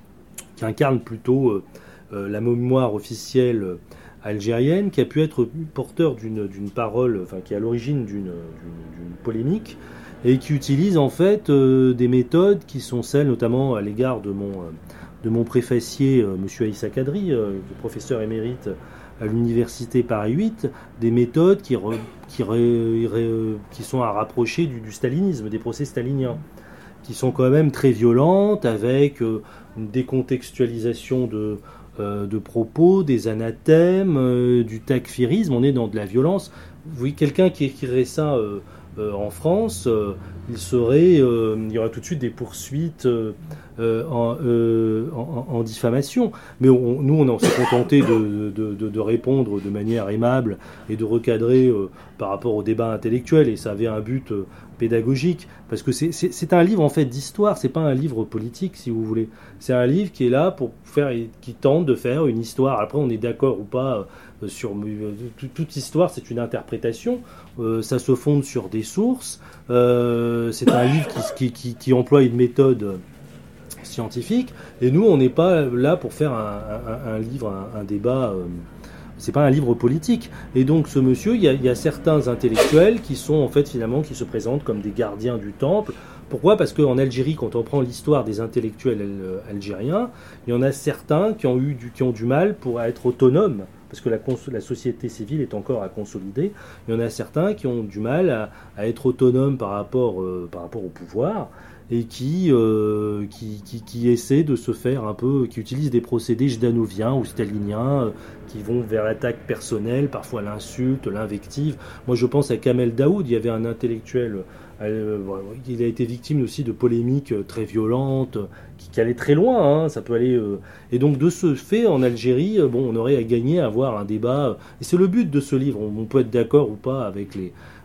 qui incarne plutôt euh, euh, la mémoire officielle euh, algérienne, qui a pu être porteur d'une, d'une parole, enfin, qui est à l'origine d'une, d'une, d'une polémique, et qui utilise en fait euh, des méthodes qui sont celles notamment à l'égard de mon, euh, de mon préfacier, euh, M. Aïssa Kadri, euh, professeur émérite à l'université Paris huit, des méthodes qui, re, qui, re, re, qui sont à rapprocher du, du stalinisme, des procès staliniens, qui sont quand même très violentes, avec euh, une décontextualisation de, euh, de propos, des anathèmes, euh, du takfirisme. On est dans de la violence. Vous voyez, quelqu'un qui écrirait ça... Euh, Euh, en France, euh, il serait, euh, il y aura tout de suite des poursuites euh, euh, en, euh, en, en diffamation. Mais on, nous, on s'est contenté de, de, de, de répondre de manière aimable et de recadrer euh, par rapport au débat intellectuel. Et ça avait un but euh, pédagogique, parce que c'est, c'est, c'est un livre en fait d'histoire. C'est pas un livre politique, si vous voulez. C'est un livre qui est là pour faire, qui tente de faire une histoire. Après, on est d'accord ou pas. Euh, sur euh, toute histoire, c'est une interprétation. Euh, ça se fonde sur des sources. Euh, c'est un livre qui, qui, qui, qui emploie une méthode scientifique. Et nous, on n'est pas là pour faire un, un, un livre, un, un débat. Euh, c'est pas un livre politique. Et donc, ce monsieur, il y a, il y a certains intellectuels qui sont en fait finalement qui se présentent comme des gardiens du temple. Pourquoi ? Parce qu'en Algérie, quand on prend l'histoire des intellectuels algériens, il y en a certains qui ont eu du, qui ont du mal pour être autonomes. Parce que la, cons- la société civile est encore à consolider. Il y en a certains qui ont du mal à, à être autonomes par rapport, euh, par rapport au pouvoir et qui, euh, qui, qui, qui essaient de se faire un peu, qui utilisent des procédés jdanoviens ou staliniens, euh, qui vont vers l'attaque personnelle, parfois l'insulte, l'invective. Moi, je pense à Kamel Daoud, il y avait un intellectuel, euh, il a été victime aussi de polémiques très violentes, qui, qui allaient très loin, hein, ça peut aller... Euh, et donc, de ce fait, en Algérie, bon, on aurait à gagner à avoir un débat, et c'est le but de ce livre, on, on peut être d'accord ou pas avec les...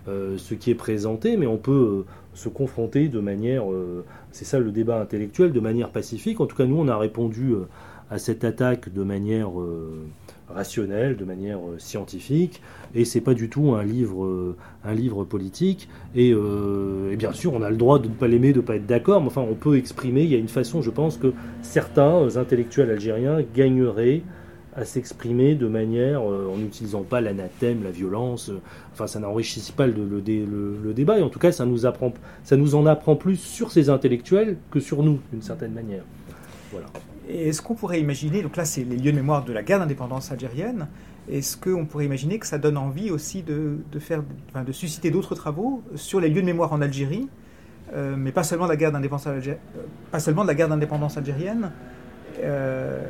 euh, ce qui est présenté, mais on peut euh, se confronter de manière, euh, c'est ça le débat intellectuel, de manière pacifique. En tout cas, nous, on a répondu euh, à cette attaque de manière euh, rationnelle, de manière euh, scientifique, et c'est pas du tout un livre, euh, un livre politique. Et, euh, et bien sûr, on a le droit de ne pas l'aimer, de ne pas être d'accord, mais enfin, on peut exprimer. Il y a une façon, je pense, que certains intellectuels algériens gagneraient à s'exprimer de manière, euh, en n'utilisant pas l'anathème, la violence. Euh, enfin, ça n'enrichit pas le, le, le, le débat, et en tout cas, ça nous apprend, ça nous en apprend plus sur ces intellectuels que sur nous, d'une certaine manière. Voilà. Et est-ce qu'on pourrait imaginer, donc là c'est les lieux de mémoire de la guerre d'indépendance algérienne, est-ce qu'on pourrait imaginer que ça donne envie aussi de, de, faire, enfin, de susciter d'autres travaux sur les lieux de mémoire en Algérie, euh, mais pas seulement de la guerre d'indépendance algérienne, pas seulement de la guerre d'indépendance algérienne, euh,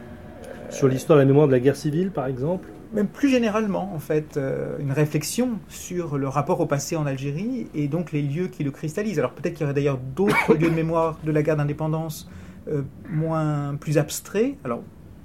sur l'histoire de la mémoire de la guerre civile, par exemple? Même plus généralement, en fait, euh, une réflexion sur le rapport au passé en Algérie et donc les lieux qui le cristallisent. Alors peut-être qu'il y aurait d'ailleurs d'autres lieux de mémoire de la guerre d'indépendance euh, moins plus abstraits. Alors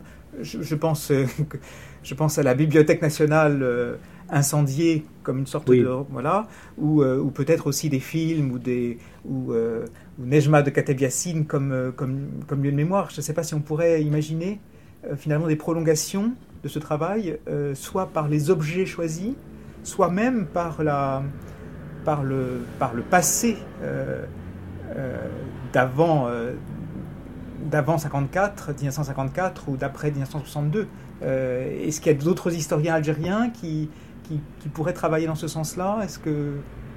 je, je, pense, euh, je pense à la Bibliothèque nationale euh, incendiée comme une sorte oui. de... Voilà, ou, euh, ou peut-être aussi des films ou, des, ou, euh, ou Nejma de Kateb Yassine comme, euh, comme, comme lieu de mémoire. Je ne sais pas si on pourrait imaginer euh, finalement des prolongations de ce travail, euh, soit par les objets choisis, soit même par, la, par, le, par le passé euh, euh, d'avant, euh, d'avant cinquante-quatre, dix-neuf cent cinquante-quatre ou d'après dix-neuf cent soixante-deux. Euh, est-ce qu'il y a d'autres historiens algériens qui, qui, qui pourraient travailler dans ce sens-là? Est-ce que...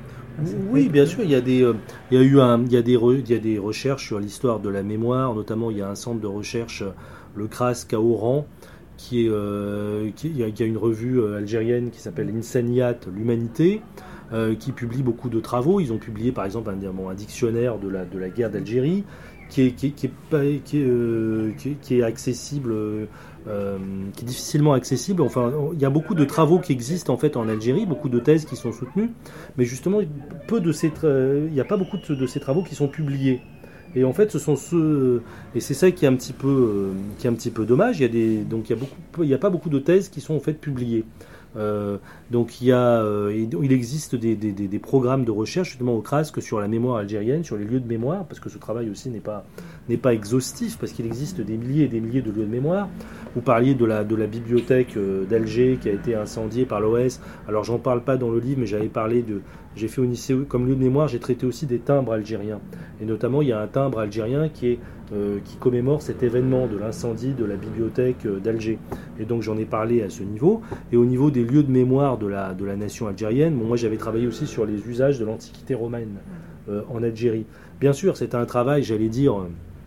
Oui, bien sûr, il y a des, euh, il y a eu un, il y a des, re, il y a des recherches sur l'histoire de la mémoire, notamment il y a un centre de recherche, le C R A S à Oran, qui est, euh, qui, il, y a, il y a une revue euh, algérienne qui s'appelle Insaniat, l'Humanité, euh, qui publie beaucoup de travaux. Ils ont publié par exemple un, bon, un dictionnaire de la, de la guerre d'Algérie, qui est, qui est, qui est, qui est, euh, qui est, qui est accessible, euh, qui est difficilement accessible. Enfin, il y a beaucoup de travaux qui existent en fait en Algérie, beaucoup de thèses qui sont soutenues, mais justement, peu de ces, il n'y a pas beaucoup de, de ces travaux qui sont publiés. Et en fait, ce sont ceux, et c'est ça qui est un petit peu, euh, qui est un petit peu dommage. Il y a des, donc il y a beaucoup, il y a pas beaucoup de thèses qui sont en fait publiées. Euh, donc il y a, euh, il existe des, des, des programmes de recherche justement au C R A S que sur la mémoire algérienne, sur les lieux de mémoire, parce que ce travail aussi n'est pas, n'est pas exhaustif, parce qu'il existe des milliers et des milliers de lieux de mémoire. Vous parliez de la, de la bibliothèque d'Alger qui a été incendiée par l'O S. Alors j'en parle pas dans le livre, mais j'avais parlé de, j'ai fait au lycée, comme lieu de mémoire, j'ai traité aussi des timbres algériens. Et notamment, il y a un timbre algérien qui, est, euh, qui commémore cet événement de l'incendie de la bibliothèque d'Alger. Et donc, j'en ai parlé à ce niveau. Et au niveau des lieux de mémoire de la, de la nation algérienne, bon, moi, j'avais travaillé aussi sur les usages de l'Antiquité romaine euh, en Algérie. Bien sûr, c'est un travail, j'allais dire,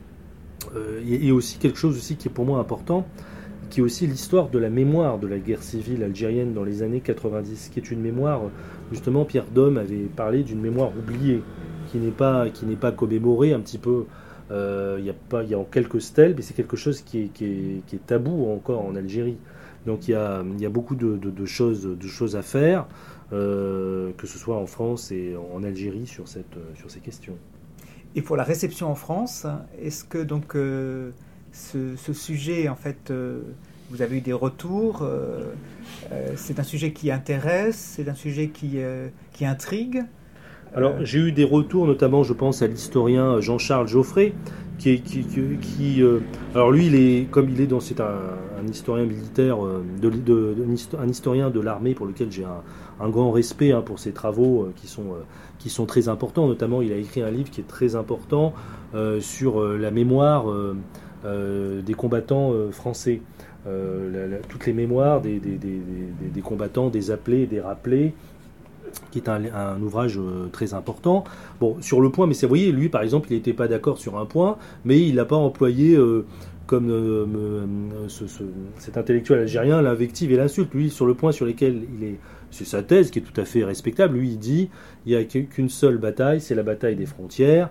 euh, et, et aussi quelque chose aussi qui est pour moi important, qui est aussi l'histoire de la mémoire de la guerre civile algérienne dans les années quatre-vingt-dix, qui est une mémoire, justement, Pierre Dôme avait parlé d'une mémoire oubliée, qui n'est pas, qui n'est pas commémorée un petit peu, euh, il y a pas, il y a quelques stèles, mais c'est quelque chose qui est, qui est, qui est tabou encore en Algérie. Donc il y a, il y a beaucoup de, de, de, choses, de choses à faire, euh, que ce soit en France et en Algérie sur, cette, sur ces questions. Et pour la réception en France, est-ce que donc... Euh... Ce, ce sujet, en fait, euh, vous avez eu des retours, euh, euh, c'est un sujet qui intéresse, c'est un sujet qui, euh, qui intrigue. Alors, euh... j'ai eu des retours, notamment, je pense à l'historien Jean-Charles Geoffrey, qui est, qui, qui, qui euh, alors lui, il est, comme il est dans, c'est un, un historien militaire, de, de, de, un historien de l'armée pour lequel j'ai un, un grand respect hein, pour ses travaux euh, qui sont, euh, qui sont très importants. Notamment, il a écrit un livre qui est très important euh, sur euh, la mémoire. Euh, Euh, des combattants euh, français, euh, la, la, toutes les mémoires des, des, des, des, des combattants, des appelés et des rappelés, qui est un, un ouvrage euh, très important. Bon, sur le point, mais c'est, vous voyez, lui par exemple, il n'était pas d'accord sur un point, mais il n'a pas employé, euh, comme euh, euh, ce, ce, cet intellectuel algérien, l'invective et l'insulte. Lui, sur le point sur lequel il est, c'est sa thèse qui est tout à fait respectable, lui il dit, il n'y a qu'une seule bataille, c'est la bataille des frontières.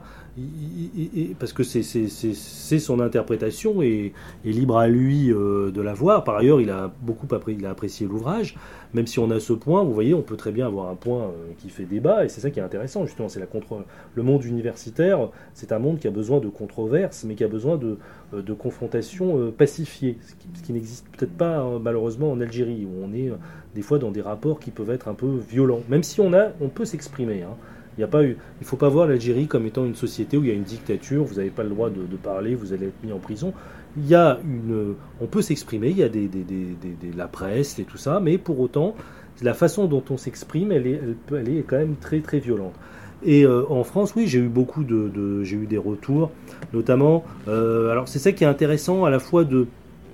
Parce que c'est, c'est, c'est, c'est son interprétation et, et libre à lui euh, de la voir. Par ailleurs, il a beaucoup appré- il a apprécié l'ouvrage, même si on a ce point, vous voyez, on peut très bien avoir un point euh, qui fait débat, et c'est ça qui est intéressant, justement, c'est la contre... le monde universitaire, c'est un monde qui a besoin de controverses, mais qui a besoin de, euh, de confrontations euh, pacifiées, ce qui, ce qui n'existe peut-être pas, hein, malheureusement, en Algérie, où on est euh, des fois dans des rapports qui qui peuvent être un peu violents, même si on, a, on peut s'exprimer. Hein. Il ne faut pas voir l'Algérie comme étant une société où il y a une dictature, vous n'avez pas le droit de, de parler, vous allez être mis en prison. Il y a une, on peut s'exprimer, il y a des, des, des, des, des, la presse et tout ça, mais pour autant, la façon dont on s'exprime, elle est, elle, peut, elle est quand même très très violente. Et euh, en France, oui, j'ai eu beaucoup de, de j'ai eu des retours, notamment. Euh, alors c'est ça qui est intéressant, à la fois de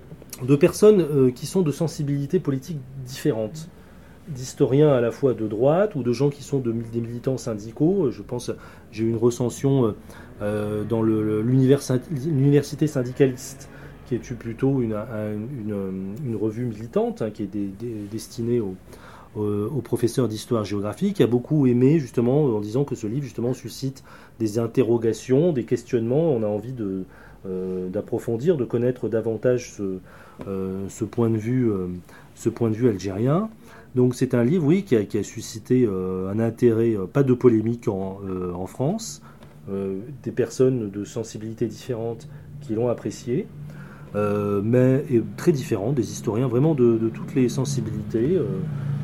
de personnes euh, qui sont de sensibilités politiques différentes, d'historiens à la fois de droite ou de gens qui sont de, des militants syndicaux. Je pense, j'ai eu une recension euh, dans le, l'université syndicaliste, qui est plutôt une, une, une revue militante, hein, qui est des, des, destinée aux, aux, aux professeurs d'histoire-géographie, qui a beaucoup aimé, justement, en disant que ce livre, justement, suscite des interrogations, des questionnements. On a envie de, euh, d'approfondir, de connaître davantage ce, euh, ce, point de vue, euh, ce point de vue algérien. Donc c'est un livre, oui, qui a, qui a suscité euh, un intérêt, euh, pas de polémique en, euh, en France, euh, des personnes de sensibilités différentes qui l'ont apprécié, euh, mais et très différents, des historiens vraiment de, de toutes les sensibilités. Euh,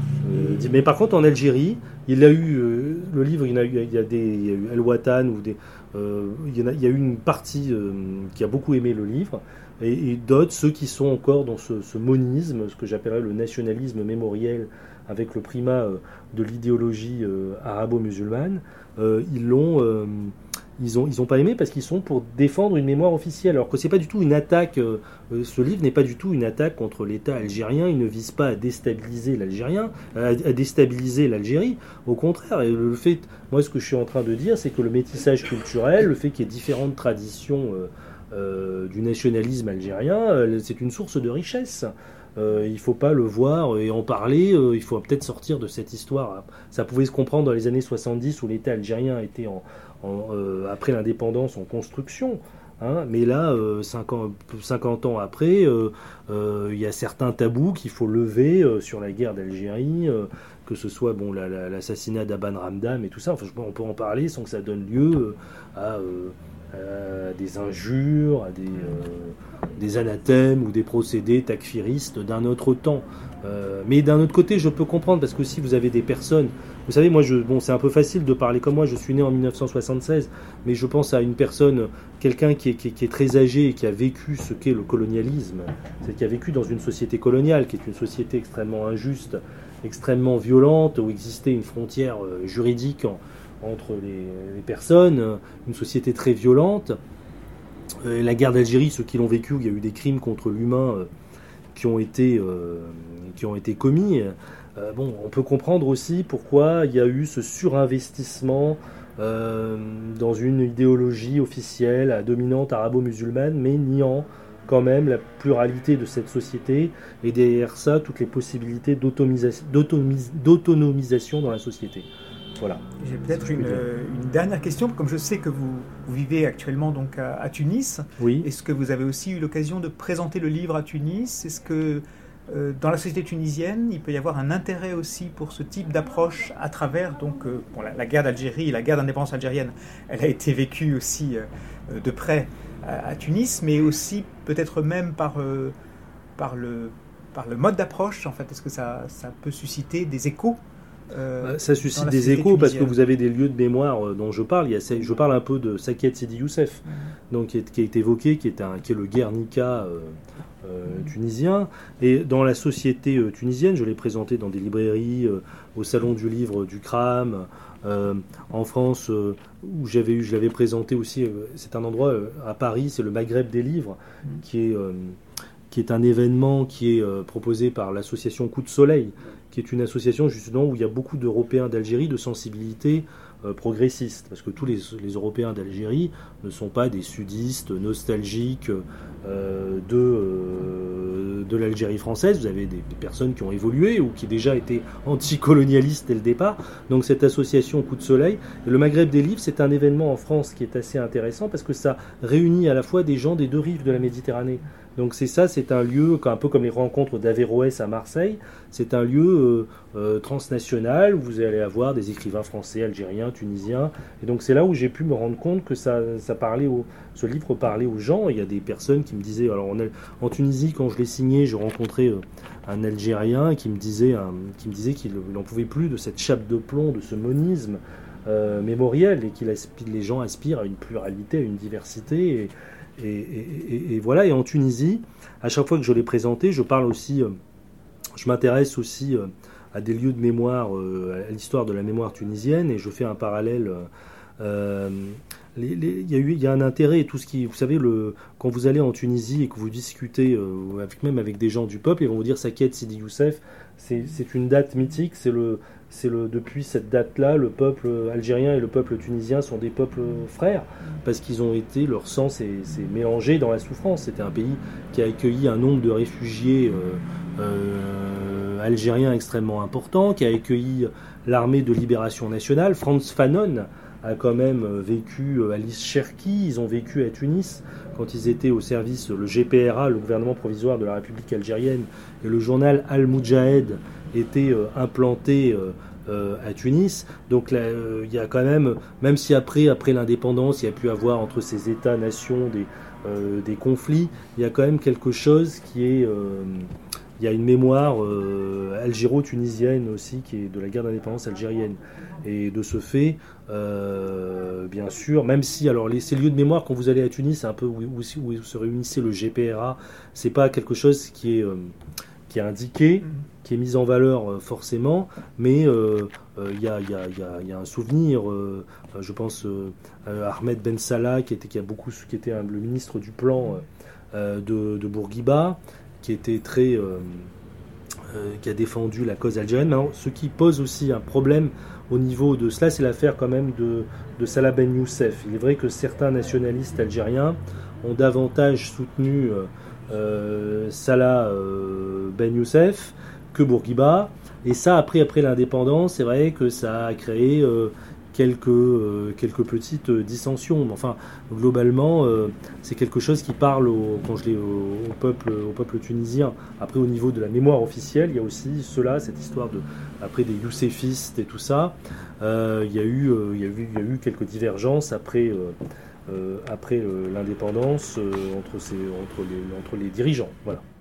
euh, mais par contre en Algérie, il a eu euh, le livre, il y a eu, il y a des, il y a eu El Watan ou des, euh, il y en a, il y a eu une partie euh, qui a beaucoup aimé le livre. Et, et d'autres, ceux qui sont encore dans ce, ce monisme, ce que j'appellerais le nationalisme mémoriel, avec le primat euh, de l'idéologie euh, arabo-musulmane, euh, ils l'ont, euh, ils ont, ils ont pas aimé parce qu'ils sont pour défendre une mémoire officielle. Alors que c'est pas du tout une attaque. Euh, ce livre n'est pas du tout une attaque contre l'État algérien. Il ne vise pas à déstabiliser l'Algérien, à, à déstabiliser l'Algérie. Au contraire, et le fait, moi, ce que je suis en train de dire, c'est que le métissage culturel, le fait qu'il y ait différentes traditions. Euh, Euh, du nationalisme algérien, euh, c'est une source de richesse. Euh, il ne faut pas le voir et en parler, euh, il faut peut-être sortir de cette histoire. Ça pouvait se comprendre dans les années soixante-dix où l'État algérien était, en, en, euh, après l'indépendance, en construction. Hein, mais là, euh, cinquante ans après, euh, euh, il y a certains tabous qu'il faut lever euh, sur la guerre d'Algérie, euh, que ce soit bon, la, la, l'assassinat d'Aban Ramdam et tout ça. Enfin, on peut en parler sans que ça donne lieu à... Euh, Euh, des injures, à des, euh, des anathèmes ou des procédés takfiristes d'un autre temps. Euh, mais d'un autre côté, je peux comprendre, parce que si vous avez des personnes... Vous savez, moi, je, bon, c'est un peu facile de parler comme moi, je suis né en dix-neuf cent soixante-seize, mais je pense à une personne, quelqu'un qui est, qui est, qui est très âgé et qui a vécu ce qu'est le colonialisme, c'est qui a vécu dans une société coloniale, qui est une société extrêmement injuste, extrêmement violente, où existait une frontière euh, juridique en, entre les, les personnes, une société très violente. Euh, la guerre d'Algérie, ceux qui l'ont vécu, il y a eu des crimes contre l'humain euh, qui ont été, euh, qui ont été commis. Euh, bon, on peut comprendre aussi pourquoi il y a eu ce surinvestissement euh, dans une idéologie officielle dominante arabo-musulmane, mais niant quand même la pluralité de cette société et derrière ça toutes les possibilités d'autonomisation, d'autonomisation dans la société. Voilà. J'ai peut-être une, une dernière question, comme je sais que vous, vous vivez actuellement donc à, à Tunis. Oui. Est-ce que vous avez aussi eu l'occasion de présenter le livre à Tunis ? Est-ce que euh, dans la société tunisienne, il peut y avoir un intérêt aussi pour ce type d'approche à travers donc euh, bon, la, la guerre d'Algérie, la guerre d'indépendance algérienne, elle a été vécue aussi euh, de près à, à Tunis, mais aussi peut-être même par euh, par le par le mode d'approche. En fait, est-ce que ça ça peut susciter des échos? Euh, ça suscite des échos tunisienne. Parce que vous avez des lieux de mémoire dont je parle. Il y a, je parle un peu de Sakiet Sidi Youssef, mmh. donc, qui, est, qui est évoqué, qui est, un, qui est le Guernica euh, euh, mmh. tunisien. Et dans la société euh, tunisienne, je l'ai présenté dans des librairies, euh, au Salon du Livre du Cram, euh, en France, euh, où j'avais eu, je l'avais présenté aussi. Euh, c'est un endroit euh, à Paris, c'est le Maghreb des livres, mmh. qui est... Euh, qui est un événement qui est euh, proposé par l'association Coup de Soleil, qui est une association justement où il y a beaucoup d'Européens d'Algérie de sensibilité euh, progressiste, parce que tous les, les Européens d'Algérie ne sont pas des sudistes nostalgiques euh, de, euh, de l'Algérie française. Vous avez des, des personnes qui ont évolué ou qui déjà étaient anticolonialistes dès le départ. Donc cette association Coup de Soleil, et le Maghreb des livres, c'est un événement en France qui est assez intéressant parce que ça réunit à la fois des gens des deux rives de la Méditerranée. Donc c'est ça, c'est un lieu, un peu comme les rencontres d'Averroès à Marseille, c'est un lieu euh, euh, transnational où vous allez avoir des écrivains français, algériens, tunisiens. Et donc c'est là où j'ai pu me rendre compte que ça, ça parlait au, ce livre parlait aux gens. Il y a des personnes qui me disaient, alors en, en Tunisie, quand je l'ai signé, je rencontrais euh, un Algérien qui me disait, un, qui me disait qu'il n'en pouvait plus de cette chape de plomb, de ce monisme euh, mémoriel, et que les gens aspirent à une pluralité, à une diversité. Et, Et, et, et voilà, et en Tunisie, à chaque fois que je l'ai présenté, je parle aussi, euh, je m'intéresse aussi euh, à des lieux de mémoire, euh, à l'histoire de la mémoire tunisienne, et je fais un parallèle. Euh, les, les, y a eu, il y a un intérêt, tout ce qui, vous savez, le, quand vous allez en Tunisie et que vous discutez, euh, avec, même avec des gens du peuple, ils vont vous dire Sakiet Sidi Youssef, c'est, c'est une date mythique, c'est le, c'est le, depuis cette date-là, le peuple algérien et le peuple tunisien sont des peuples frères, parce qu'ils ont été, leur sang s'est, s'est mélangé dans la souffrance. C'était un pays qui a accueilli un nombre de réfugiés euh, euh, algériens extrêmement important, qui a accueilli l'armée de libération nationale. Frantz Fanon a quand même vécu à l'Ischerki, ils ont vécu à Tunis quand ils étaient au service, le G P R A, le gouvernement provisoire de la République algérienne, et le journal Al-Moudjahed était euh, implanté euh, euh, à Tunis. Donc là, il euh, y a quand même, même si après, après l'indépendance, il y a pu avoir entre ces États-nations des, euh, des conflits, il y a quand même quelque chose qui est... Euh, il y a une mémoire euh, algéro-tunisienne aussi, qui est de la guerre d'indépendance algérienne. Et de ce fait, euh, bien sûr, même si, alors les, ces lieux de mémoire, quand vous allez à Tunis, c'est un peu où, où, où se réunissait le G P R A, c'est pas quelque chose qui est, euh, qui est indiqué, qui est mis en valeur euh, forcément, mais il euh, euh, y, a, y, a, y, a, y a un souvenir, euh, je pense, euh, Ahmed Ben Salah, qui était, qui a beaucoup, qui était un, le ministre du plan euh, de, de Bourguiba, qui était très, euh, euh, qui a défendu la cause algérienne. Maintenant, ce qui pose aussi un problème au niveau de cela, c'est l'affaire quand même de, de Salah Ben Youssef. Il est vrai que certains nationalistes algériens ont davantage soutenu euh, euh, Salah euh, Ben Youssef que Bourguiba. Et ça, après, après l'indépendance, c'est vrai que ça a créé euh, quelques, euh, quelques petites dissensions. Enfin, globalement, euh, c'est quelque chose qui parle au, quand je l'ai, au, au, peuple, au peuple tunisien. Après, au niveau de la mémoire officielle, il y a aussi cela, cette histoire de, après des youssefistes et tout ça. Euh, il y a eu, euh, il y a eu, il y a eu quelques divergences après, euh, euh, après euh, l'indépendance euh, entre, ces, entre, les, entre les dirigeants. Voilà.